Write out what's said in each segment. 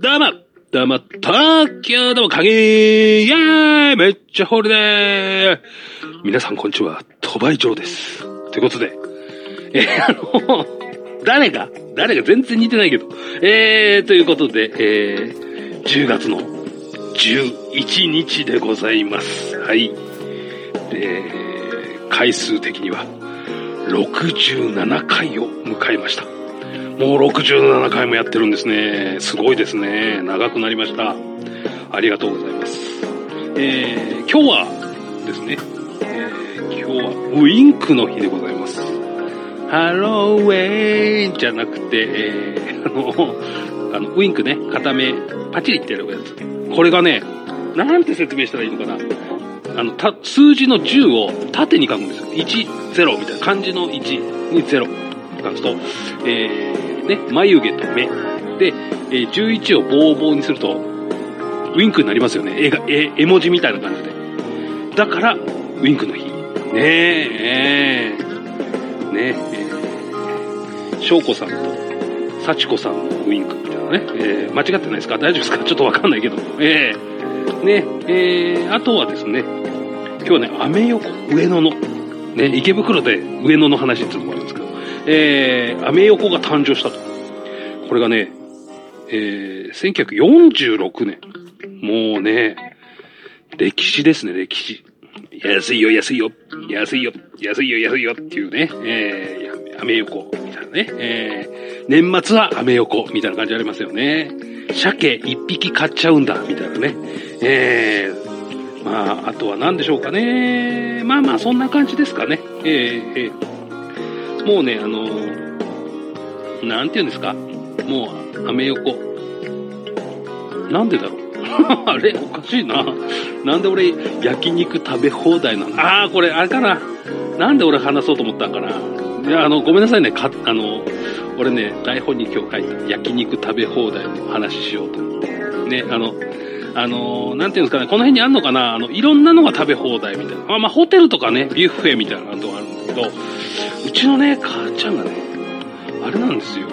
どうも、東京どうも、影イェーイめっちゃホールでー皆さんこんにちは、鳥羽一郎です。ということで、誰が全然似てないけど、ということで、10月の11日でございます。はい。回数的には67回を迎えました。もう67回もやってるんですね。すごいですね。長くなりました。ありがとうございます。今日はですね、今日はウインクの日でございます。ハローウェイじゃなくて、ウインクね、片目パチリってやるやつ。これがね、なんて説明したらいいのかな。数字の10を縦に書くんですよ。1、0みたいな漢字の1に0書くと、ね、眉毛と目で、11をボーボーにするとウインクになりますよね。絵文字みたいな感じで。だからウインクの日ねえ翔子さんと幸子さんのウインクみたいなね、間違ってないですか？大丈夫ですか？ちょっとわかんないけどあとはですね、今日はね、アメ横上野のね、池袋で上野の話っていうのもあるんですけど、アメ横が誕生したと。これがね、1946年。もうね、歴史ですね、歴史。安いよっていうね、アメ横みたいなね、年末はアメ横みたいな感じありますよね。鮭一匹買っちゃうんだ、みたいなね。まあ、あとは何でしょうかね。まあ、そんな感じですかね。もうね、なんて言うんですか。もう、アメ横。なんでだろう。あれおかしいな。なんで俺、焼肉食べ放題なの？これ、あれかな。なんで俺話そうと思ったんかな。いや、ごめんなさいね。俺ね、台本に今日書いた焼肉食べ放題の話しようと思って。ね、なんていうんですかね、この辺にあんのかな、いろんなのが食べ放題みたいな。まあ、ホテルとかね、ビュッフェみたいなのがあるんだけど、うちのね、母ちゃんがね、あれなんですよ。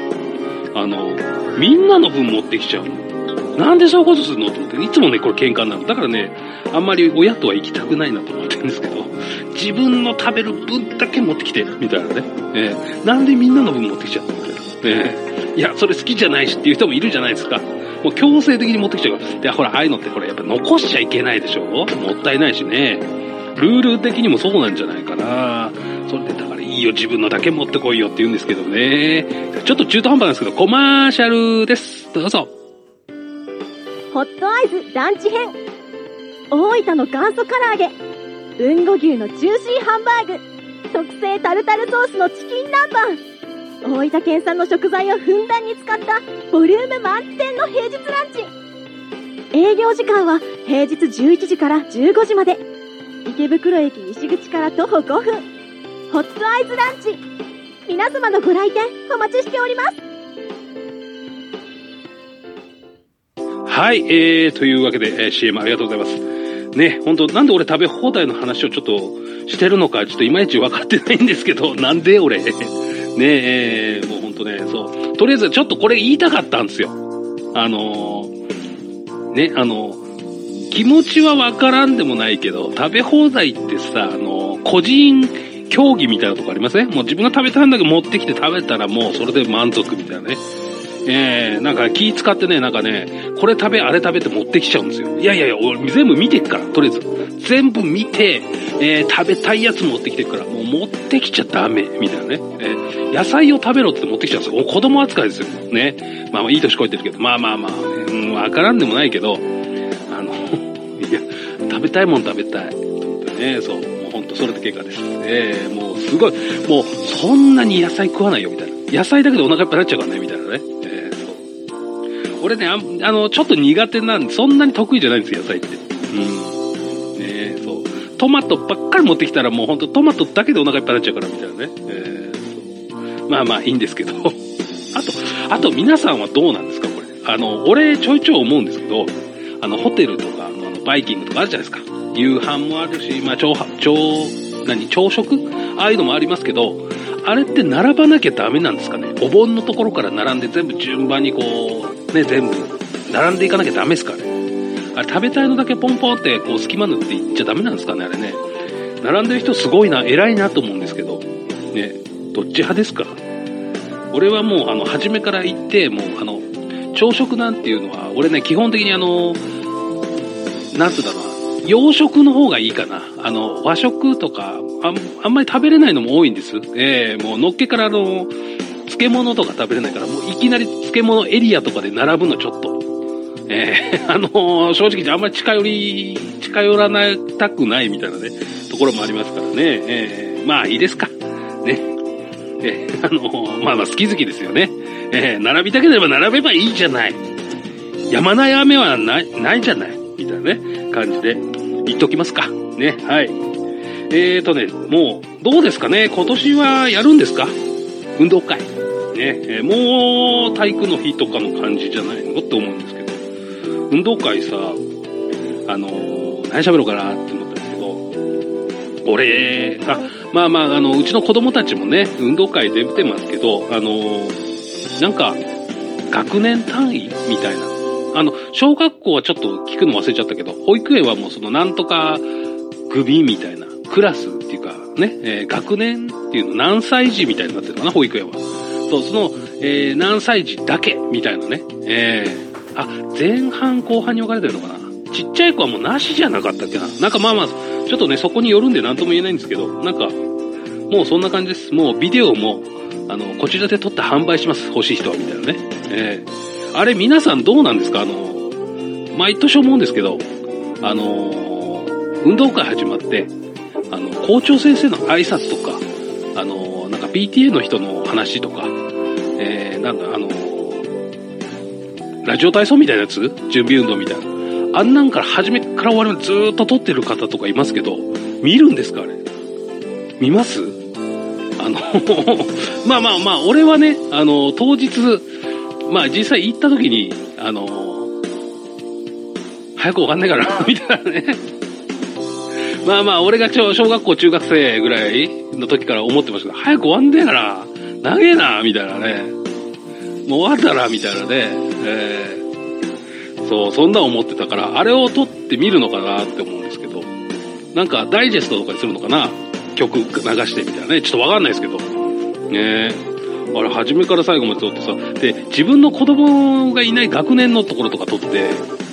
みんなの分持ってきちゃうの。なんでそういうことするのと思って、いつもね、これ喧嘩になる。だからね、あんまり親とは行きたくないなと思ってるんですけど、自分の食べる分だけ持ってきて、みたいなね。なんでみんなの分持ってきちゃうのみたいな。いや、それ好きじゃないしっていう人もいるじゃないですか。もう強制的に持ってきちゃうから。で、ほら、ああいうのってほら、やっぱ残しちゃいけないでしょ？もったいないしね。ルール的にもそうなんじゃないかな。それで、だからいいよ、自分のだけ持ってこいよって言うんですけどね。ちょっと中途半端なんですけど、コマーシャルです。どうぞ。 ホットアイズランチ編。大分の元祖唐揚げ、豊後牛のジューシーハンバーグ、特製タルタルソースのチキン南蛮、大分県産の食材をふんだんに使ったボリューム満点の平日ランチ。営業時間は平日11時から15時まで。池袋駅西口から徒歩5分。ホットアイズランチ、皆様のご来店お待ちしております。 はい、というわけで、CM ありがとうございます。ね、本当なんで俺食べ放題の話をちょっとしてるのか、ちょっといまいち分かってないんですけど、なんで俺、ねもう本当ね、そう。とりあえずちょっとこれ言いたかったんですよ。気持ちは分からんでもないけど、食べ放題ってさ、個人競技みたいなとこありません？もう自分が食べたいんだけど持ってきて食べたらもうそれで満足みたいなね。なんか気使ってね、なんかね、これ食べ、あれ食べって持ってきちゃうんですよ。いや、俺全部見てっから、とりあえず。全部見て、食べたいやつ持ってきてっから、もう持ってきちゃダメ、みたいなね。野菜を食べろって持ってきちゃうんですよ。子供扱いですよ。ね。まあいい年こいてるけど、まあ、わからんでもないけど、いや、食べたいもん食べたい。と思ってね、そう、もうほんとそれで結果です。もうすごい、もうそんなに野菜食わないよ、みたいな。野菜だけでお腹いっぱいになっちゃうからね、みたいなね。俺ね、ちょっと苦手なんで、そんなに得意じゃないんですよ、野菜って。そう。トマトばっかり持ってきたらもうほんとトマトだけでお腹いっぱいになっちゃうから、みたいなね。まあいいんですけど。あと皆さんはどうなんですか、これ。俺ちょいちょい思うんですけど、ホテルとか、バイキングとかあるじゃないですか。夕飯もあるし、まあ、朝食ああいうのもありますけど、あれって並ばなきゃダメなんですかね。お盆のところから並んで全部順番にこう、ね、全部並んでいかなきゃダメですからね。あれ食べたいのだけポンポンってこう隙間塗っていっちゃダメなんですかね、あれね。並んでる人すごいな、偉いなと思うんですけど、ね、どっち派ですか？俺はもう初めから言って、もう朝食なんていうのは、俺ね、基本的になんつうんだろうな、洋食の方がいいかな。和食とか、あんまり食べれないのも多いんです。もうのっけから漬物とか食べれないから、もういきなり漬物エリアとかで並ぶのちょっと。正直あんまり近寄らなたくないみたいなね、ところもありますからね。まあいいですか。ね。まあ好き好きですよね。並びたければ並べばいいじゃない。やまない雨はないじゃない。みたいなね、感じで言っときますか。ね、はい。もう、どうですかね、今年はやるんですか？運動会。ね、もう体育の日とかの感じじゃないのって思うんですけど、運動会さ、何喋ろうかなって思ったんだけど、俺、うちの子供たちもね、運動会出てますけど、なんか、学年単位みたいな。小学校はちょっと聞くの忘れちゃったけど、保育園はもうそのなんとか組みたいな、クラスっていうかね、学年っていうの何歳児みたいになってるのかな、保育園は。そう、その、何歳児だけみたいなね。前半後半に分かれてるのかな。ちっちゃい子はもうなしじゃなかったっけな。なんかちょっとね、そこによるんで何とも言えないんですけど、なんか、もうそんな感じです。もうビデオも、こちらで撮って販売します。欲しい人は、みたいなね。あれ皆さんどうなんですか？毎年思うんですけど、運動会始まって、校長先生の挨拶とか、なんか PTA の人の話とか、ラジオ体操みたいなやつ？準備運動みたいな。あんなんから初めから終わりまでずーっと撮ってる方とかいますけど、見るんですかあれ？見ます？俺はね、当日、実際行った時に、早く終わんねえからな、みたいなね。俺が小学校中学生ぐらいの時から思ってましたけど、早く終わんねえから、長えな、みたいなね。もう終わったら、みたいなね。そう、そんな思ってたから、あれを撮って見るのかなって思うんですけど、なんかダイジェストとかにするのかな？曲流してみたいなね。ちょっとわかんないですけど。あれ、初めから最後まで撮ってさ、で、自分の子供がいない学年のところとか撮って、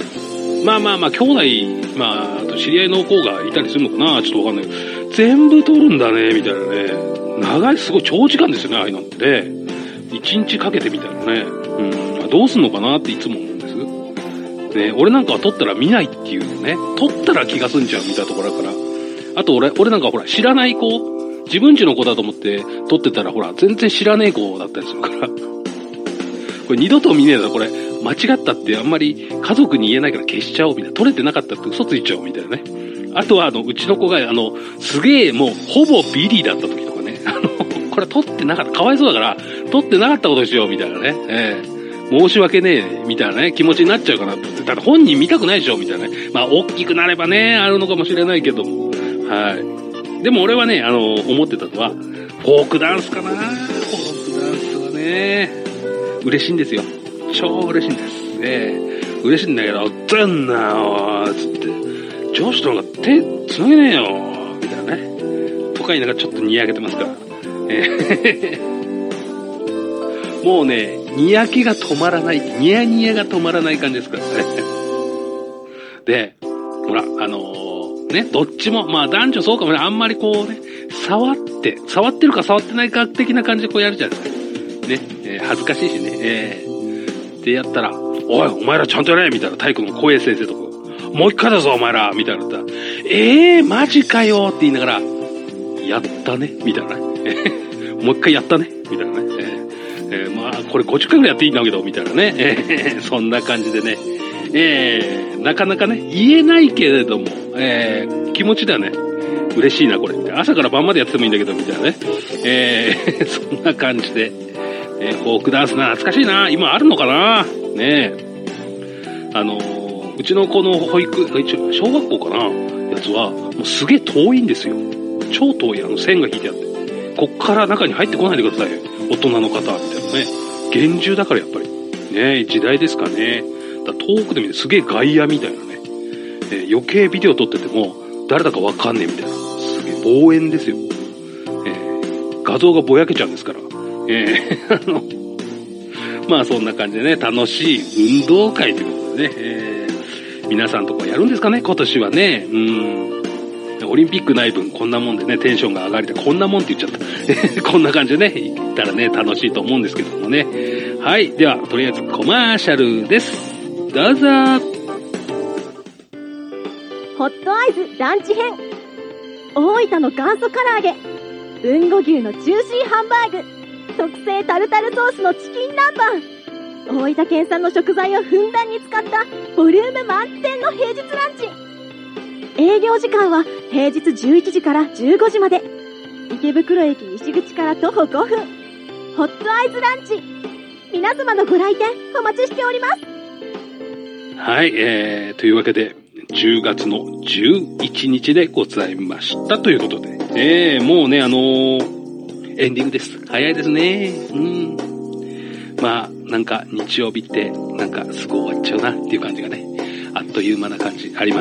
兄弟、知り合いの子がいたりするのかな？ちょっとわかんないけど、全部撮るんだね、みたいなね。長い、すごい長時間ですよね、ああいうのってね。一日かけてみたいなね。どうすんのかなっていつも思うんです。ね、俺なんかは撮ったら見ないっていうね。撮ったら気が済んじゃうみたいなところだから。あと俺なんかほら、知らない子、自分家の子だと思って撮ってたらほら、全然知らねえ子だったりするから。これ二度と見ねえだ、これ。間違ったってあんまり家族に言えないから消しちゃおうみたいな。撮れてなかったって嘘ついちゃおうみたいなね。あとはうちの子がすげえもうほぼビリだった時とかね。これ撮ってなかった。かわいそうだから、撮ってなかったことにしようみたいなね。申し訳ねえ、みたいなね、気持ちになっちゃうかなって。ただ本人見たくないでしょみたいなね。大きくなればね、あるのかもしれないけども。はい。でも俺はね、思ってたのは、フォークダンスかな。フォークダンスはね、嬉しいんですよ。超嬉しいんです。嬉しいんだけど、どんなーつって、上司となんか手繋げねえよみたいなね。とか言いながらちょっとにやけてますから。もうね、にやけが止まらない、ニヤニヤが止まらない感じですからね。で、ほら、どっちも、男女そうかもね、あんまりこうね、触ってるか触ってないか的な感じでこうやるじゃないですか。ね、恥ずかしいしね。でやったら、おい、お前らちゃんとやれみたいな体育の小江先生とか、もう一回だぞお前らみたいなったら、マジかよって言いながら、やったねみたいなね。もう一回やったねみたいなね。これ50回ぐらいやっていいんだけどみたいなね。そんな感じでね。なかなかね、言えないけれども、気持ちではね、嬉しいなこれ。朝から晩までやっててもいいんだけどみたいなね。そんな感じで。フォークダンスな、懐かしいな。今あるのかなねうちの子の小学校かなやつは、もうすげえ遠いんですよ。超遠い線が引いてあって。こっから中に入ってこないでくださいよ。大人の方、みたいなね。厳重だからやっぱり。 ね、時代ですかね。遠くで見てすげえ外野みたいなね。余計ビデオ撮ってても誰だかわかんねえみたいな。すげえ望遠ですよ。画像がぼやけちゃうんですから。まあそんな感じでね、楽しい運動会ということでね、皆さんとかやるんですかね、今年はね。オリンピックない分こんなもんでね、テンションが上がりで、こんなもんって言っちゃった。こんな感じでね、行ったらね、楽しいと思うんですけどもね。はい。では、とりあえずコマーシャルです。どうぞ。 ホットアイズランチ編。大分の元祖唐揚げ。豊後牛のジューシーハンバーグ。特製タルタルソースのチキン南蛮。大分県産の食材をふんだんに使ったボリューム満点の平日ランチ。営業時間は平日11時から15時まで。池袋駅西口から徒歩5分。ホットアイズランチ。皆様のご来店お待ちしております。 はい、というわけで、10月の11日でございましたということで、もうね、エンディングです。早いですね。まあ、なんか日曜日ってなんかすぐ終わっちゃうなっていう感じがね、あっという間な感じあります。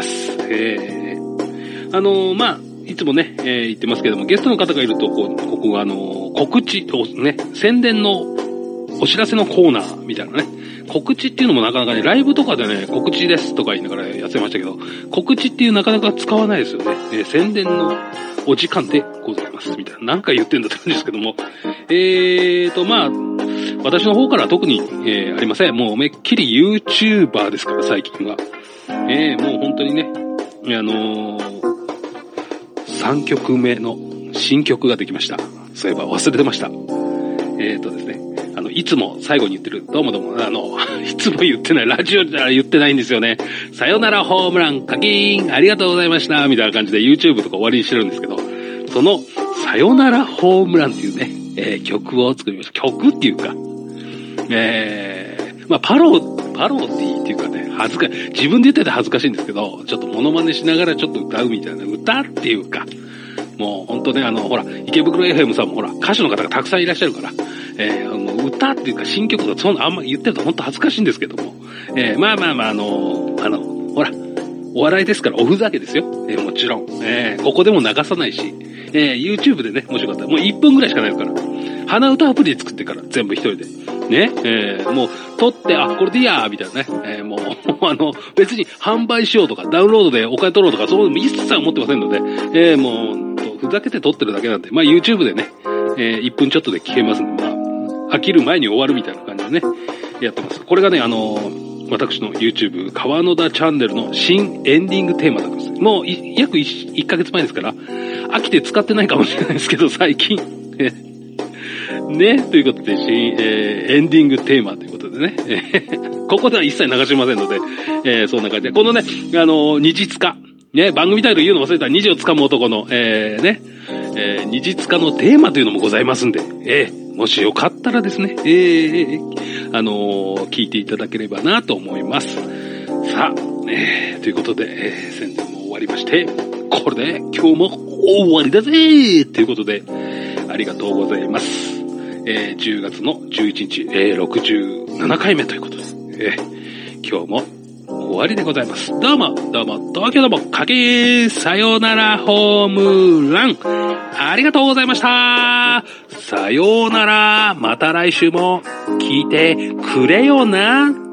まあ、いつもね、言ってますけども、ゲストの方がいると、ここが告知をね、宣伝のお知らせのコーナーみたいなね、告知っていうのもなかなかね、ライブとかでね、告知ですとか言いながらやってましたけど、告知っていうなかなか使わないですよね。宣伝のお時間でございます。みたいな。何回言ってんだって感じですけども。まあ、私の方からは特に、ありません。もうめっきり YouTuber ですから、最近は。もう本当にね、3曲目の新曲ができました。そういえば忘れてました。ですね。いつも最後に言ってる、どうもどうも、いつも言ってない、ラジオじゃ言ってないんですよね。さよならホームラン、課金、ありがとうございました、みたいな感じで YouTube とか終わりにしてるんですけど、その、さよならホームランっていうね、曲を作りました。曲っていうか、まあ、パロディっていうかね、自分で言ってて恥ずかしいんですけど、ちょっとモノマネしながらちょっと歌うみたいな、歌っていうか、もうほんとね、ほら、池袋 FM さんもほら、歌手の方がたくさんいらっしゃるから、歌っていうか新曲とかあんま言ってるとほんと恥ずかしいんですけども、まあ、ほら、お笑いですからおふざけですよ。もちろん。ここでも流さないし、YouTube でね、もしよかったら、もう1分ぐらいしかないから、鼻歌アプリ作ってから全部一人で。ね、もう、撮って、これでいいやー、みたいなね。もう、別に販売しようとか、ダウンロードでお金取ろうとか、そういうの一切思ってませんので、もう、ふざけて撮ってるだけなんで、まあ YouTube でね、1分ちょっとで聞けますんで、まあ、飽きる前に終わるみたいな感じでね、やってます。これがね、私の YouTube、川野田チャンネルの新エンディングテーマだったんです。もう、約1ヶ月前ですから、飽きて使ってないかもしれないですけど、最近。ね、ということで、エンディングテーマということでね、ここでは一切流しませんので、そんな感じで、このね、日塚、ね、番組タイトル言うの忘れた虹をつかむ男の、日塚のテーマというのもございますんで、もしよかったらですね、聞いていただければなと思います。さあ、ということで、宣伝も終わりまして、これで今日も終わりだぜということで、ありがとうございます。10月の11日、67回目ということです。今日も終わりでございます。どうも、東京どうも、かけさよならホームラン。ありがとうございました。さようなら、また来週も聞いてくれよな。